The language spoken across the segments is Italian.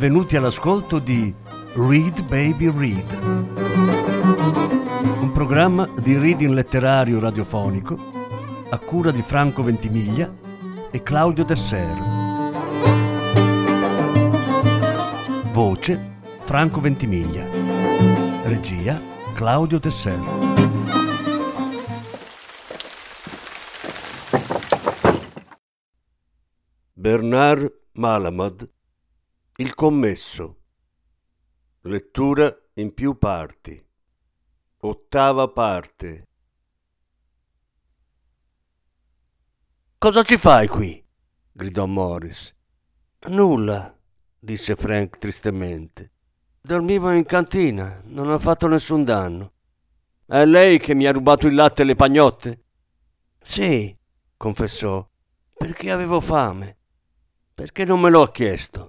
benvenuti all'ascolto di Read Baby Read, un programma di reading letterario radiofonico a cura di Franco Ventimiglia e Claudio Desser. Voce Franco Ventimiglia. Regia Claudio Desser. Bernard Malamud, Il commesso. Lettura in più parti. Ottava parte. «Cosa ci fai qui?» gridò Morris. «Nulla», disse Frank tristemente. «Dormivo in cantina, non ho fatto nessun danno». «È lei che mi ha rubato il latte e le pagnotte?» «Sì», confessò, «perché avevo fame. Perché non me l'ho chiesto».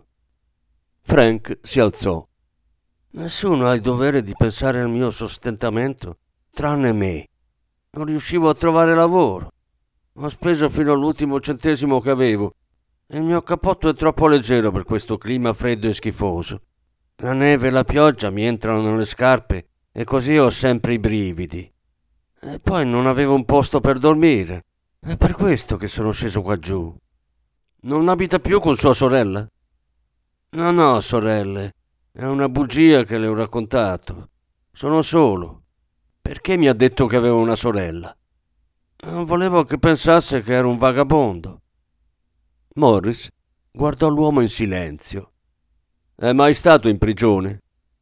Frank si alzò. «Nessuno ha il dovere di pensare al mio sostentamento, tranne me. Non riuscivo a trovare lavoro. Ho speso fino all'ultimo centesimo che avevo. Il mio cappotto è troppo leggero per questo clima freddo e schifoso. La neve e la pioggia mi entrano nelle scarpe e così ho sempre i brividi. E poi non avevo un posto per dormire. È per questo che sono sceso qua giù». «Non abita più con sua sorella?» «Non ho sorelle. È una bugia che le ho raccontato. Sono solo. Perché mi ha detto che avevo una sorella?» «Non volevo che pensasse che ero un vagabondo». Morris guardò l'uomo in silenzio. «È mai stato in prigione?»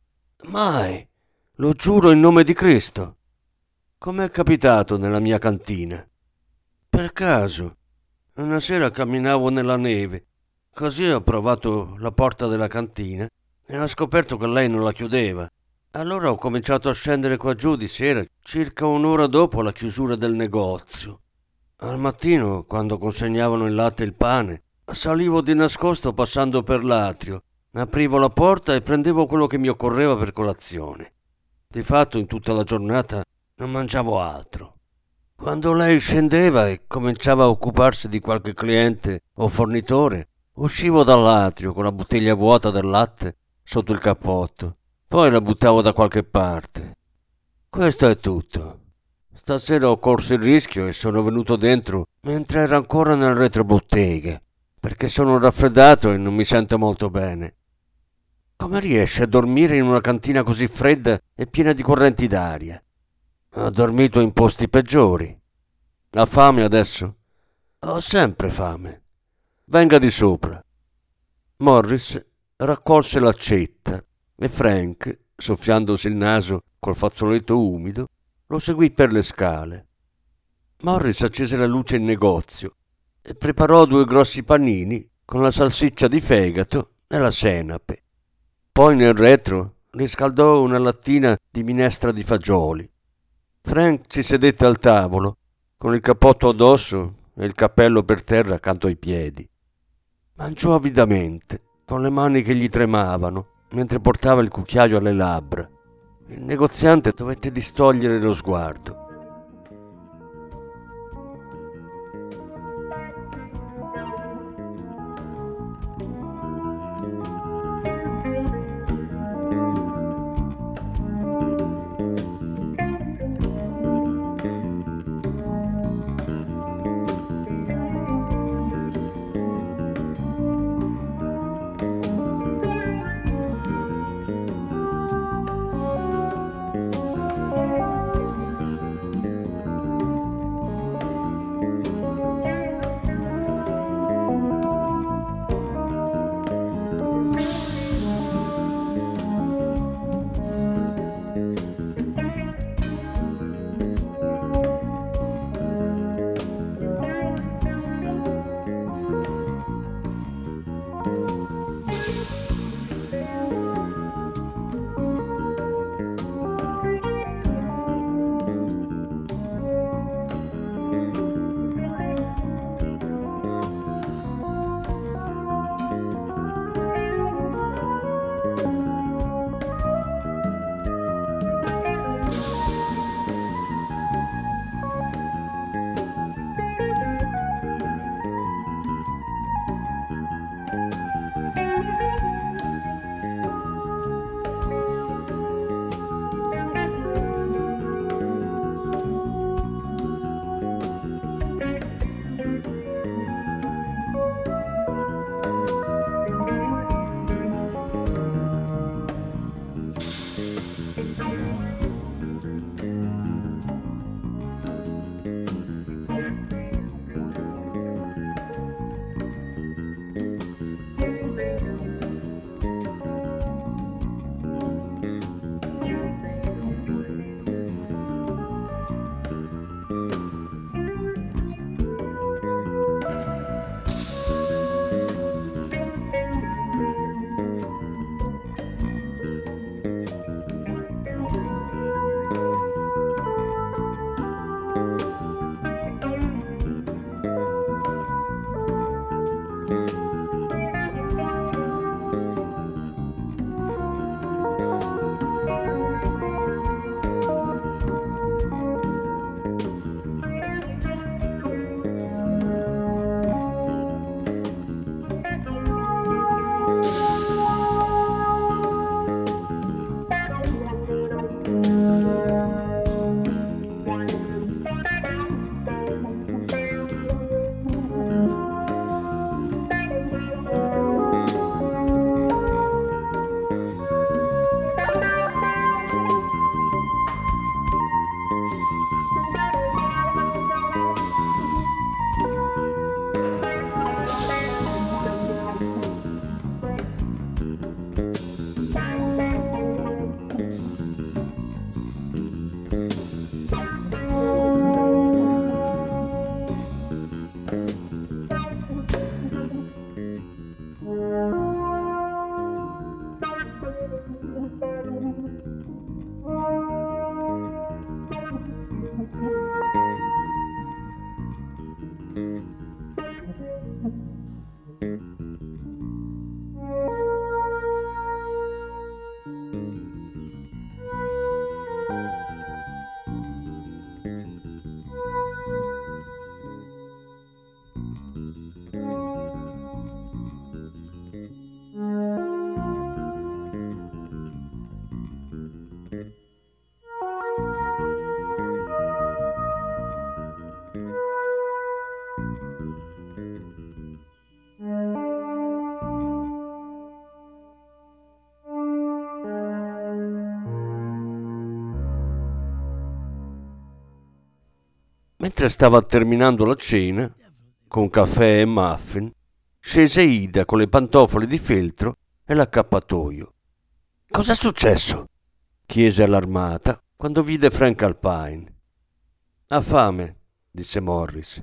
«Mai. Lo giuro in nome di Cristo». «Com'è capitato nella mia cantina?» «Per caso. Una sera camminavo nella neve. Così ho provato la porta della cantina e ho scoperto che lei non la chiudeva. Allora ho cominciato a scendere qua giù di sera, circa un'ora dopo la chiusura del negozio. Al mattino, quando consegnavano il latte e il pane, salivo di nascosto passando per l'atrio, aprivo la porta e prendevo quello che mi occorreva per colazione. Di fatto in tutta la giornata non mangiavo altro. Quando lei scendeva e cominciava a occuparsi di qualche cliente o fornitore, uscivo dall'atrio con la bottiglia vuota del latte sotto il cappotto, poi la buttavo da qualche parte. Questo è tutto. Stasera ho corso il rischio e sono venuto dentro mentre era ancora nel retrobottega, perché sono raffreddato e non mi sento molto bene». «Come riesce a dormire in una cantina così fredda e piena di correnti d'aria?» «Ho dormito in posti peggiori». «Ha fame adesso?» «Ho sempre fame». «Venga di sopra». Morris raccolse l'accetta e Frank, soffiandosi il naso col fazzoletto umido, lo seguì per le scale. Morris accese la luce in negozio e preparò 2 grossi panini con la salsiccia di fegato e la senape. Poi nel retro riscaldò una lattina di minestra di fagioli. Frank si sedette al tavolo con il cappotto addosso e il cappello per terra accanto ai piedi. Mangiò avidamente, con le mani che gli tremavano, mentre portava il cucchiaio alle labbra. Il negoziante dovette distogliere lo sguardo. Mentre stava terminando la cena, con caffè e muffin, scese Ida con le pantofole di feltro e l'accappatoio. «Cos'è successo?» chiese allarmata quando vide Frank Alpine. «Ha fame», disse Morris.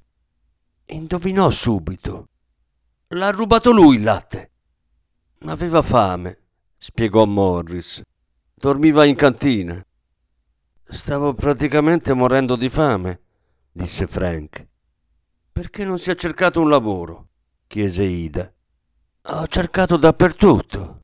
Indovinò subito. «L'ha rubato lui il latte». «Aveva fame», spiegò Morris. «Dormiva in cantina». «Stavo praticamente morendo di fame», disse Frank. «Perché non si è cercato un lavoro?» chiese Ida. «Ho cercato dappertutto».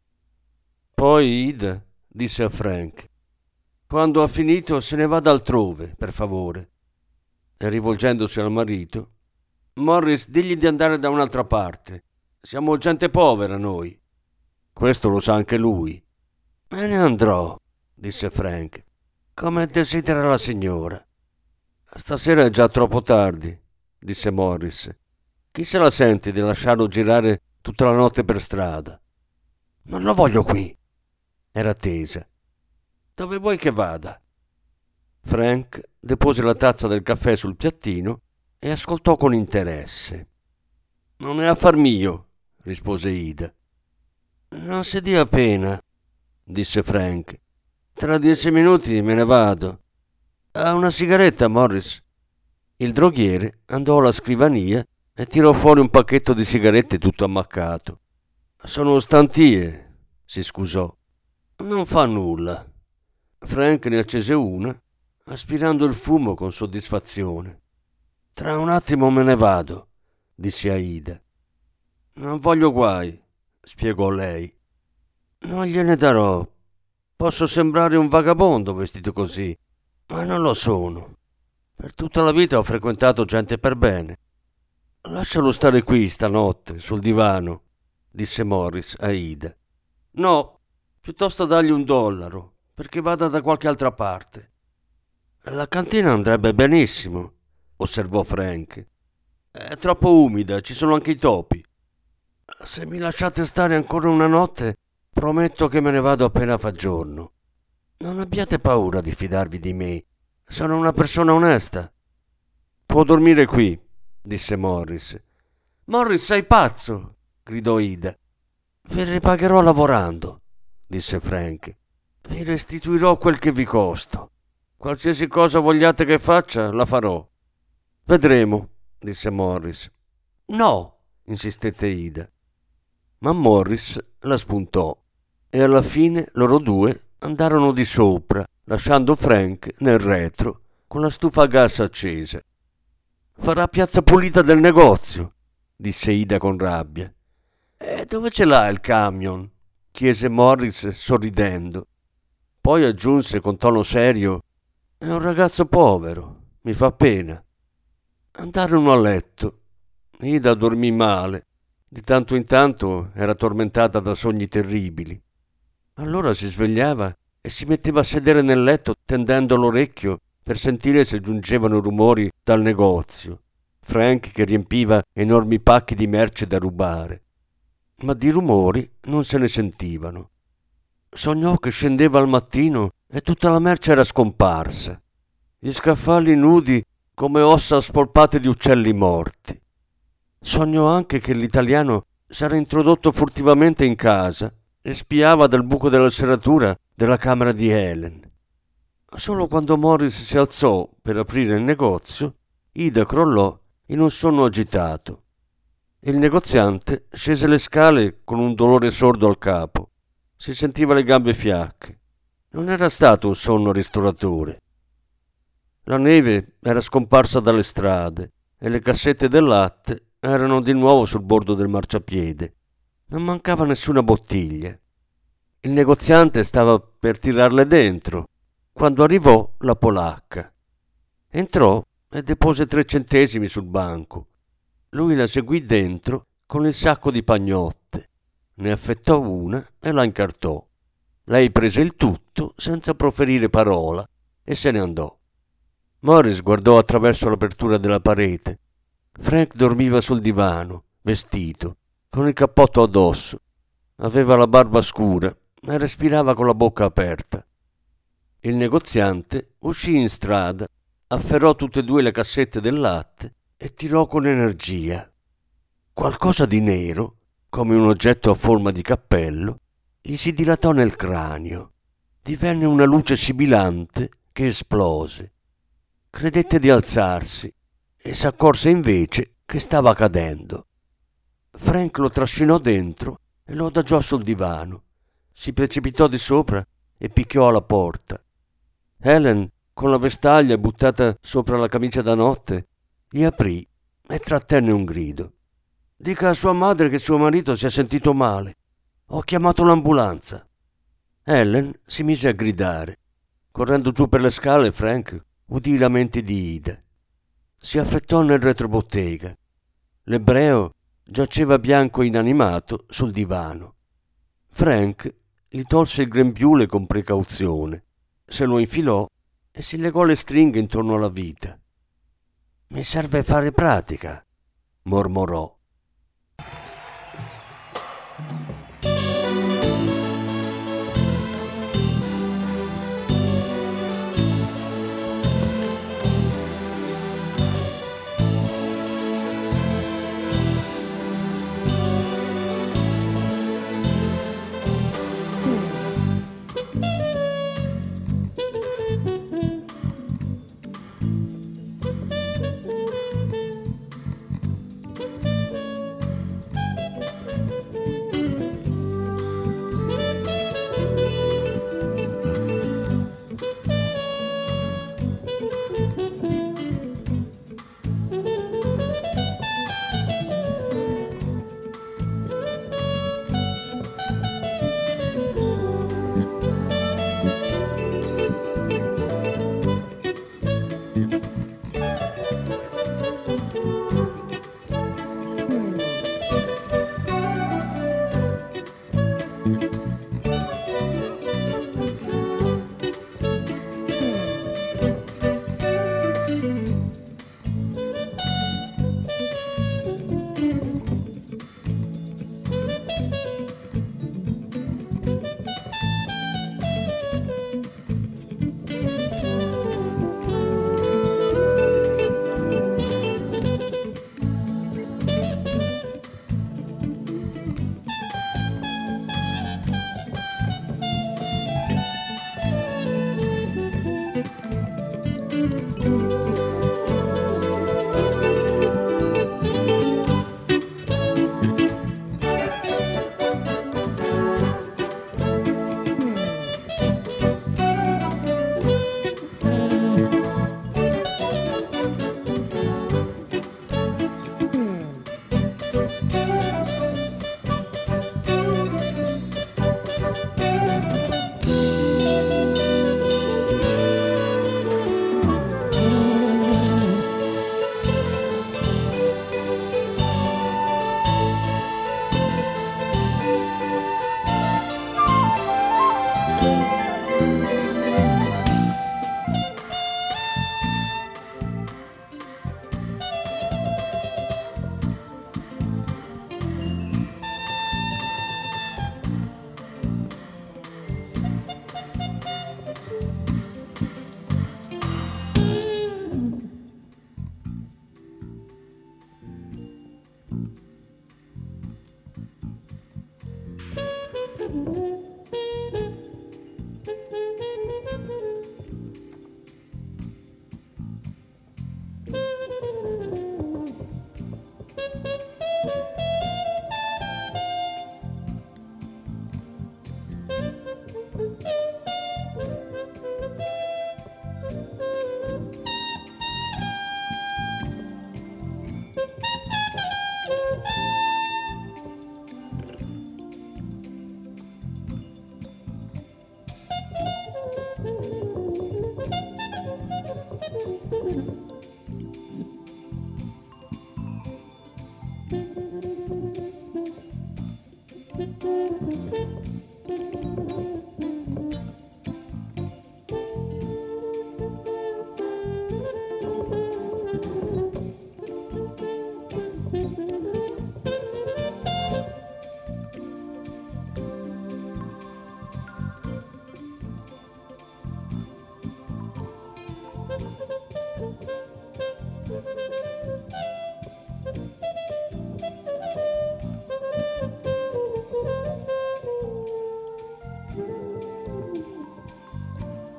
«Poi, Ida», disse a Frank, «quando ha finito se ne vada altrove, per favore». E rivolgendosi al marito, «Morris, digli di andare da un'altra parte. Siamo gente povera noi». Questo lo sa anche lui. «Me ne andrò», disse Frank, «come desidera la signora». «Stasera è già troppo tardi», disse Morris. «Chi se la sente di lasciarlo girare tutta la notte per strada?» «Non lo voglio qui», era tesa. «Dove vuoi che vada?» Frank depose la tazza del caffè sul piattino e ascoltò con interesse. «Non è affar mio», rispose Ida. «Non si dia pena», disse Frank. «Tra 10 minuti me ne vado. Ha una sigaretta, Morris?» Il droghiere andò alla scrivania e tirò fuori un pacchetto di sigarette tutto ammaccato. «Sono stantie», si scusò. «Non fa nulla». Frank ne accese una, aspirando il fumo con soddisfazione. «Tra un attimo me ne vado», disse a Ida. «Non voglio guai», spiegò lei. «Non gliene darò. Posso sembrare un vagabondo vestito così, ma non lo sono. Per tutta la vita ho frequentato gente per bene. Lascialo stare qui stanotte, sul divano», disse Morris a Ida. «No, piuttosto dagli $1, perché vada da qualche altra parte». «La cantina andrebbe benissimo», osservò Frank. «È troppo umida, ci sono anche i topi. Se mi lasciate stare ancora una notte, prometto che me ne vado appena fa giorno». Non abbiate paura di fidarvi di me. Sono una persona onesta. Può dormire qui, disse Morris. Morris, sei pazzo, gridò Ida. Vi ripagherò lavorando, disse Frank. Vi restituirò quel che vi costo. Qualsiasi cosa vogliate che faccia, la farò. Vedremo, disse Morris. No, insistette Ida. Ma Morris la spuntò e alla fine loro due andarono di sopra, lasciando Frank nel retro con la stufa a gas accesa. Farà piazza pulita del negozio, disse Ida con rabbia. E dove ce l'ha il camion? Chiese Morris sorridendo. Poi aggiunse con tono serio: è un ragazzo povero, mi fa pena. Andarono a letto. Ida dormì male. Di tanto in tanto era tormentata da sogni terribili. Allora si svegliava e si metteva a sedere nel letto tendendo l'orecchio per sentire se giungevano rumori dal negozio. Frank che riempiva enormi pacchi di merce da rubare. Ma di rumori non se ne sentivano. Sognò che scendeva al mattino e tutta la merce era scomparsa. Gli scaffali nudi come ossa spolpate di uccelli morti. Sognò anche che l'italiano s'era introdotto furtivamente in casa e spiava dal buco della serratura della camera di Helen. Solo quando Morris si alzò per aprire il negozio, Ida crollò in un sonno agitato. Il negoziante scese le scale con un dolore sordo al capo. Si sentiva le gambe fiacche. Non era stato un sonno ristoratore. La neve era scomparsa dalle strade e le cassette del latte erano di nuovo sul bordo del marciapiede. Non mancava nessuna bottiglia. Il negoziante stava per tirarle dentro quando arrivò la polacca. Entrò e depose 3 centesimi sul banco. Lui la seguì dentro con il sacco di pagnotte. Ne affettò una e la incartò. Lei prese il tutto senza proferire parola e se ne andò. Morris guardò attraverso l'apertura della parete. Frank dormiva sul divano, vestito, con il cappotto addosso. Aveva la barba scura e respirava con la bocca aperta. Il negoziante uscì in strada, afferrò tutte e 2 le cassette del latte e tirò con energia. Qualcosa di nero, come un oggetto a forma di cappello, gli si dilatò nel cranio. Divenne una luce sibilante che esplose. Credette di alzarsi e s'accorse invece che stava cadendo. Frank lo trascinò dentro e lo adagiò sul divano. Si precipitò di sopra e picchiò alla porta. Helen, con la vestaglia buttata sopra la camicia da notte, gli aprì e trattenne un grido. Dica a sua madre che suo marito si è sentito male. Ho chiamato l'ambulanza. Helen si mise a gridare. Correndo giù per le scale, Frank udì i lamenti di Ida. Si affrettò nel retrobottega. L'ebreo giaceva bianco e inanimato sul divano. Frank gli tolse il grembiule con precauzione, se lo infilò e si legò le stringhe intorno alla vita. Mi serve fare pratica, mormorò.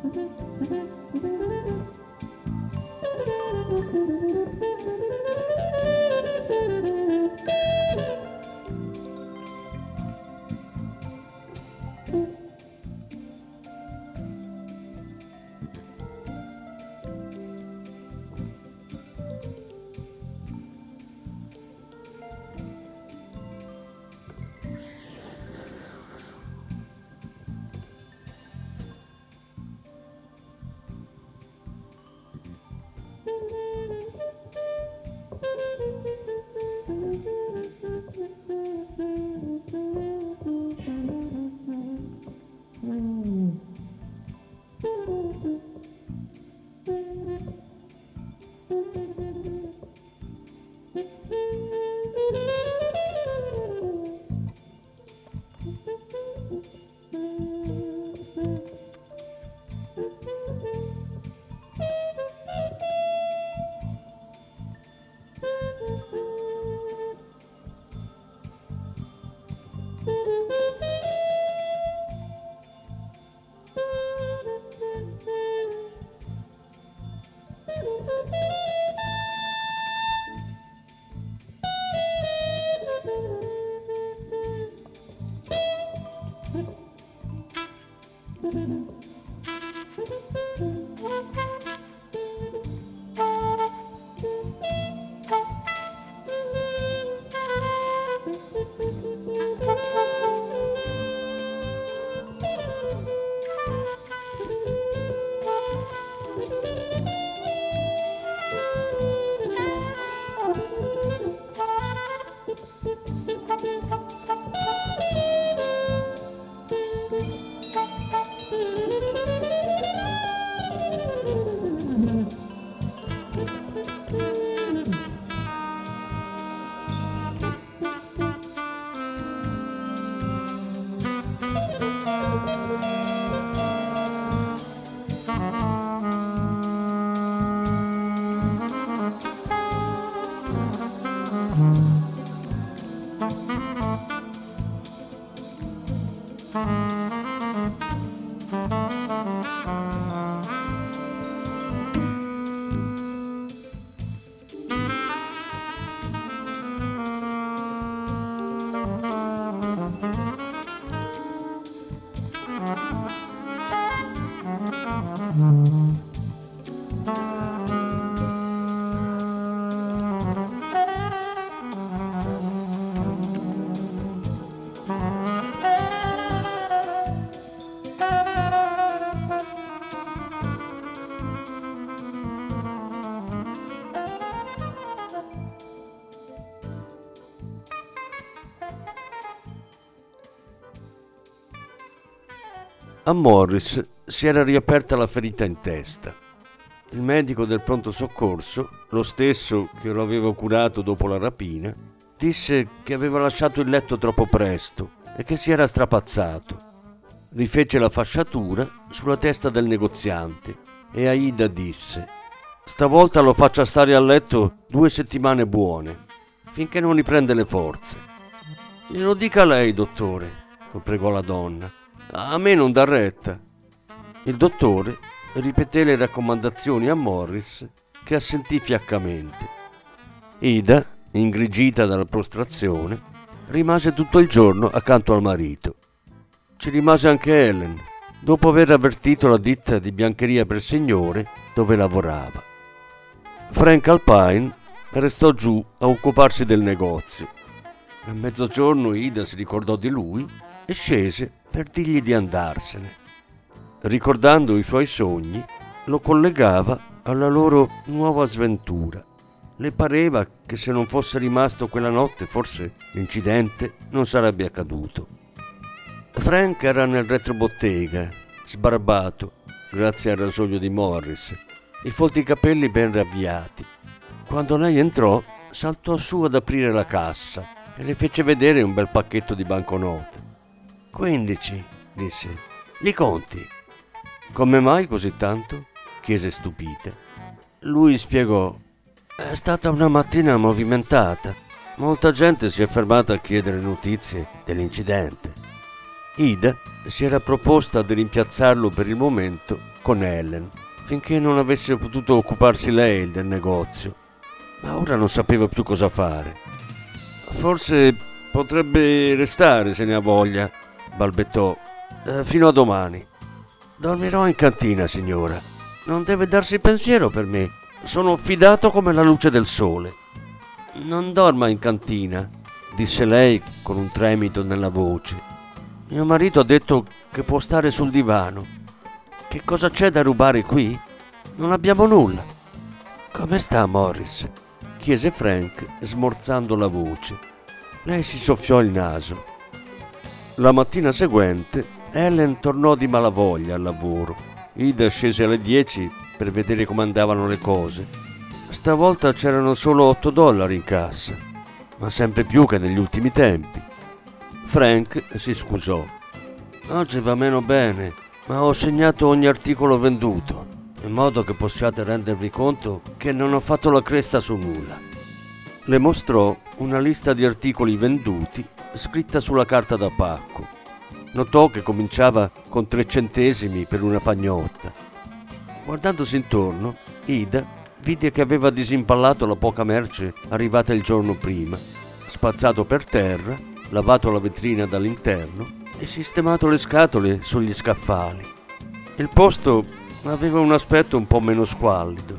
A Morris si era riaperta la ferita in testa. Il medico del pronto soccorso, lo stesso che lo aveva curato dopo la rapina, disse che aveva lasciato il letto troppo presto e che si era strapazzato. Rifece la fasciatura sulla testa del negoziante e Aida disse: «Stavolta lo faccia stare a letto 2 settimane buone, finché non riprende le forze». «Glielo dica lei, dottore», lo pregò la donna. «A me non dà retta». Il dottore ripeté le raccomandazioni a Morris, che assentì fiaccamente. Ida, ingrigita dalla prostrazione, rimase tutto il giorno accanto al marito. Ci rimase anche Ellen, dopo aver avvertito la ditta di biancheria per signore dove lavorava. Frank Alpine restò giù a occuparsi del negozio. A mezzogiorno Ida si ricordò di lui e scese per dirgli di andarsene. Ricordando i suoi sogni, lo collegava alla loro nuova sventura. Le pareva che se non fosse rimasto quella notte, forse l'incidente non sarebbe accaduto. Frank era nel retrobottega, sbarbato, grazie al rasoio di Morris, i folti capelli ben ravviati. Quando lei entrò, saltò su ad aprire la cassa e le fece vedere un bel pacchetto di banconote. 15, disse. Li conti? Come mai così tanto? Chiese stupita. Lui spiegò. È stata una mattina movimentata. Molta gente si è fermata a chiedere notizie dell'incidente. Ida si era proposta di rimpiazzarlo per il momento con Helen, finché non avesse potuto occuparsi lei del negozio, ma ora non sapeva più cosa fare. «Forse potrebbe restare se ne ha voglia», balbettò, «fino a domani». «Dormirò in cantina, signora. Non deve darsi pensiero per me. Sono fidato come la luce del sole». «Non dorma in cantina», disse lei con un tremito nella voce. «Mio marito ha detto che può stare sul divano». «Che cosa c'è da rubare qui? Non abbiamo nulla». «Come sta Morris?» chiese Frank, smorzando la voce. Lei si soffiò il naso. La mattina seguente Helen tornò di malavoglia al lavoro. Ida scese alle 10 per vedere come andavano le cose. Stavolta c'erano solo $8 in cassa, ma sempre più che negli ultimi tempi. Frank si scusò. «Oggi va meno bene, ma ho segnato ogni articolo venduto, in modo che possiate rendervi conto che non ho fatto la cresta su nulla». Le mostrò una lista di articoli venduti scritta sulla carta da pacco. Notò che cominciava con 3 centesimi per una pagnotta. Guardandosi intorno, Ida vide che aveva disimpallato la poca merce arrivata il giorno prima, spazzato per terra, lavato la vetrina dall'interno e sistemato le scatole sugli scaffali. Il posto aveva un aspetto un po' meno squallido.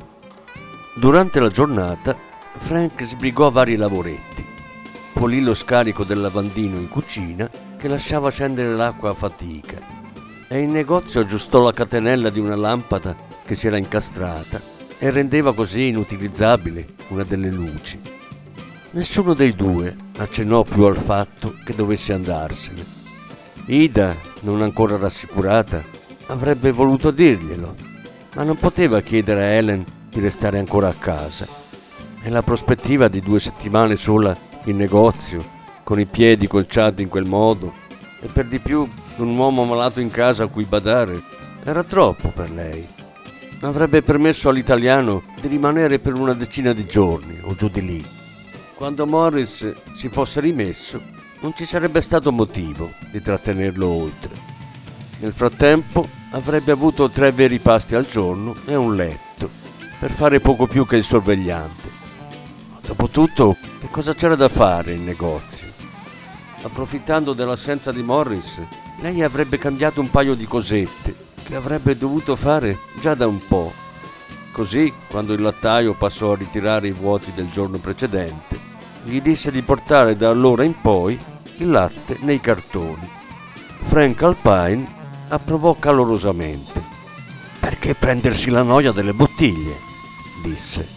Durante la giornata Frank sbrigò vari lavoretti. Pulì lo scarico del lavandino in cucina che lasciava scendere l'acqua a fatica, e in negozio aggiustò la catenella di una lampada che si era incastrata e rendeva così inutilizzabile una delle luci. Nessuno dei due accennò più al fatto che dovesse andarsene. Ida, non ancora rassicurata, avrebbe voluto dirglielo, ma non poteva chiedere a Helen di restare ancora a casa, e la prospettiva di 2 settimane sola in negozio, con i piedi colciati in quel modo, e per di più un uomo malato in casa a cui badare, era troppo per lei. Avrebbe permesso all'italiano di rimanere per una decina di giorni o giù di lì. Quando Morris si fosse rimesso, non ci sarebbe stato motivo di trattenerlo oltre. Nel frattempo avrebbe avuto 3 veri pasti al giorno e un letto, per fare poco più che il sorvegliante. Dopotutto, che cosa c'era da fare in negozio? Approfittando dell'assenza di Morris, lei avrebbe cambiato un paio di cosette che avrebbe dovuto fare già da un po'. Così, quando il lattaio passò a ritirare i vuoti del giorno precedente, gli disse di portare da allora in poi il latte nei cartoni. Frank Alpine approvò calorosamente. «Perché prendersi la noia delle bottiglie?» disse.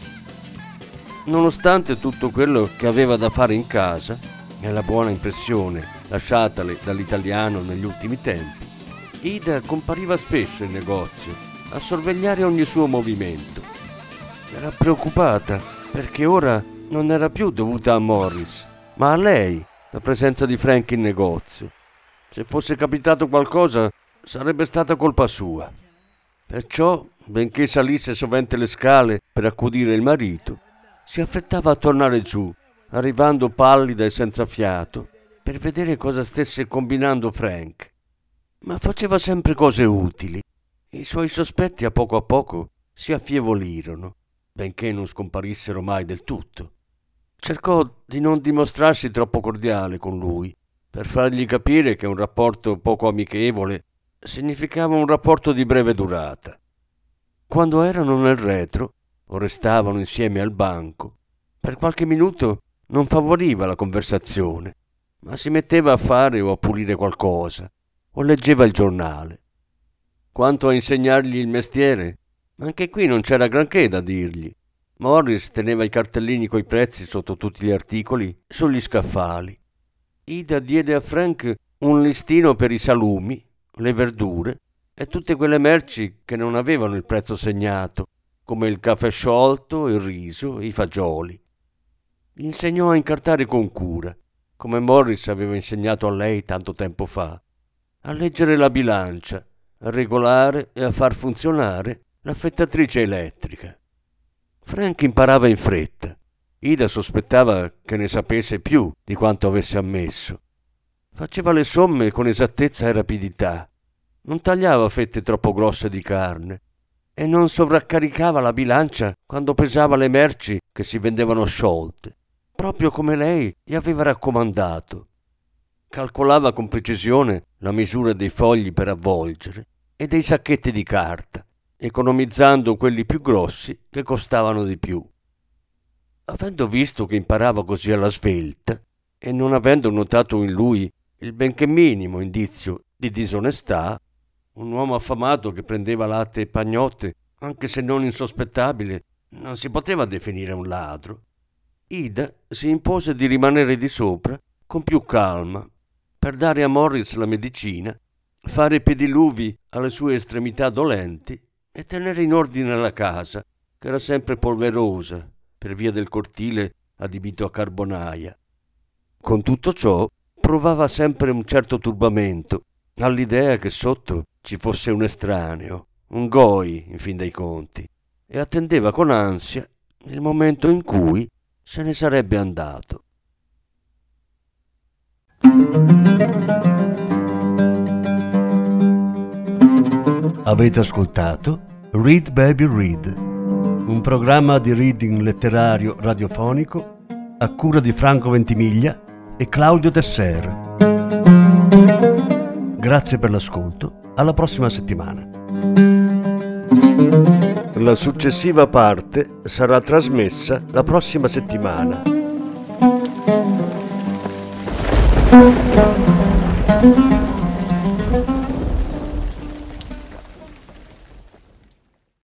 Nonostante tutto quello che aveva da fare in casa e la buona impressione lasciatale dall'italiano negli ultimi tempi, Ida compariva spesso in negozio a sorvegliare ogni suo movimento. Era preoccupata perché ora non era più dovuta a Morris, ma a lei, la presenza di Frank in negozio. Se fosse capitato qualcosa, sarebbe stata colpa sua. Perciò, benché salisse sovente le scale per accudire il marito, si affrettava a tornare giù, arrivando pallida e senza fiato, per vedere cosa stesse combinando Frank. Ma faceva sempre cose utili. I suoi sospetti a poco si affievolirono, benché non scomparissero mai del tutto. Cercò di non dimostrarsi troppo cordiale con lui, per fargli capire che un rapporto poco amichevole significava un rapporto di breve durata. Quando erano nel retro, o restavano insieme al banco, per qualche minuto non favoriva la conversazione, ma si metteva a fare o a pulire qualcosa, o leggeva il giornale. Quanto a insegnargli il mestiere, anche qui non c'era granché da dirgli. Morris teneva i cartellini coi prezzi sotto tutti gli articoli sugli scaffali. Ida diede a Frank un listino per i salumi, le verdure e tutte quelle merci che non avevano il prezzo segnato, come il caffè sciolto, il riso e i fagioli. Gli insegnò a incartare con cura, come Morris aveva insegnato a lei tanto tempo fa, a leggere la bilancia, a regolare e a far funzionare l'affettatrice elettrica. Frank imparava in fretta. Ida sospettava che ne sapesse più di quanto avesse ammesso. Faceva le somme con esattezza e rapidità. Non tagliava fette troppo grosse di carne e non sovraccaricava la bilancia quando pesava le merci che si vendevano sciolte, proprio come lei gli aveva raccomandato. Calcolava con precisione la misura dei fogli per avvolgere e dei sacchetti di carta, economizzando quelli più grossi che costavano di più. Avendo visto che imparava così alla svelta e non avendo notato in lui il benché minimo indizio di disonestà, un uomo affamato che prendeva latte e pagnotte, anche se non insospettabile, non si poteva definire un ladro. Ida si impose di rimanere di sopra con più calma, per dare a Morris la medicina, fare i pediluvi alle sue estremità dolenti e tenere in ordine la casa, che era sempre polverosa per via del cortile adibito a carbonaia. Con tutto ciò provava sempre un certo turbamento all'idea che sotto ci fosse un estraneo, un goi in fin dei conti, e attendeva con ansia il momento in cui se ne sarebbe andato. Avete ascoltato Read Baby Read, un programma di reading letterario radiofonico a cura di Franco Ventimiglia e Claudio Tesser. Grazie per l'ascolto, alla prossima settimana. La successiva parte sarà trasmessa la prossima settimana.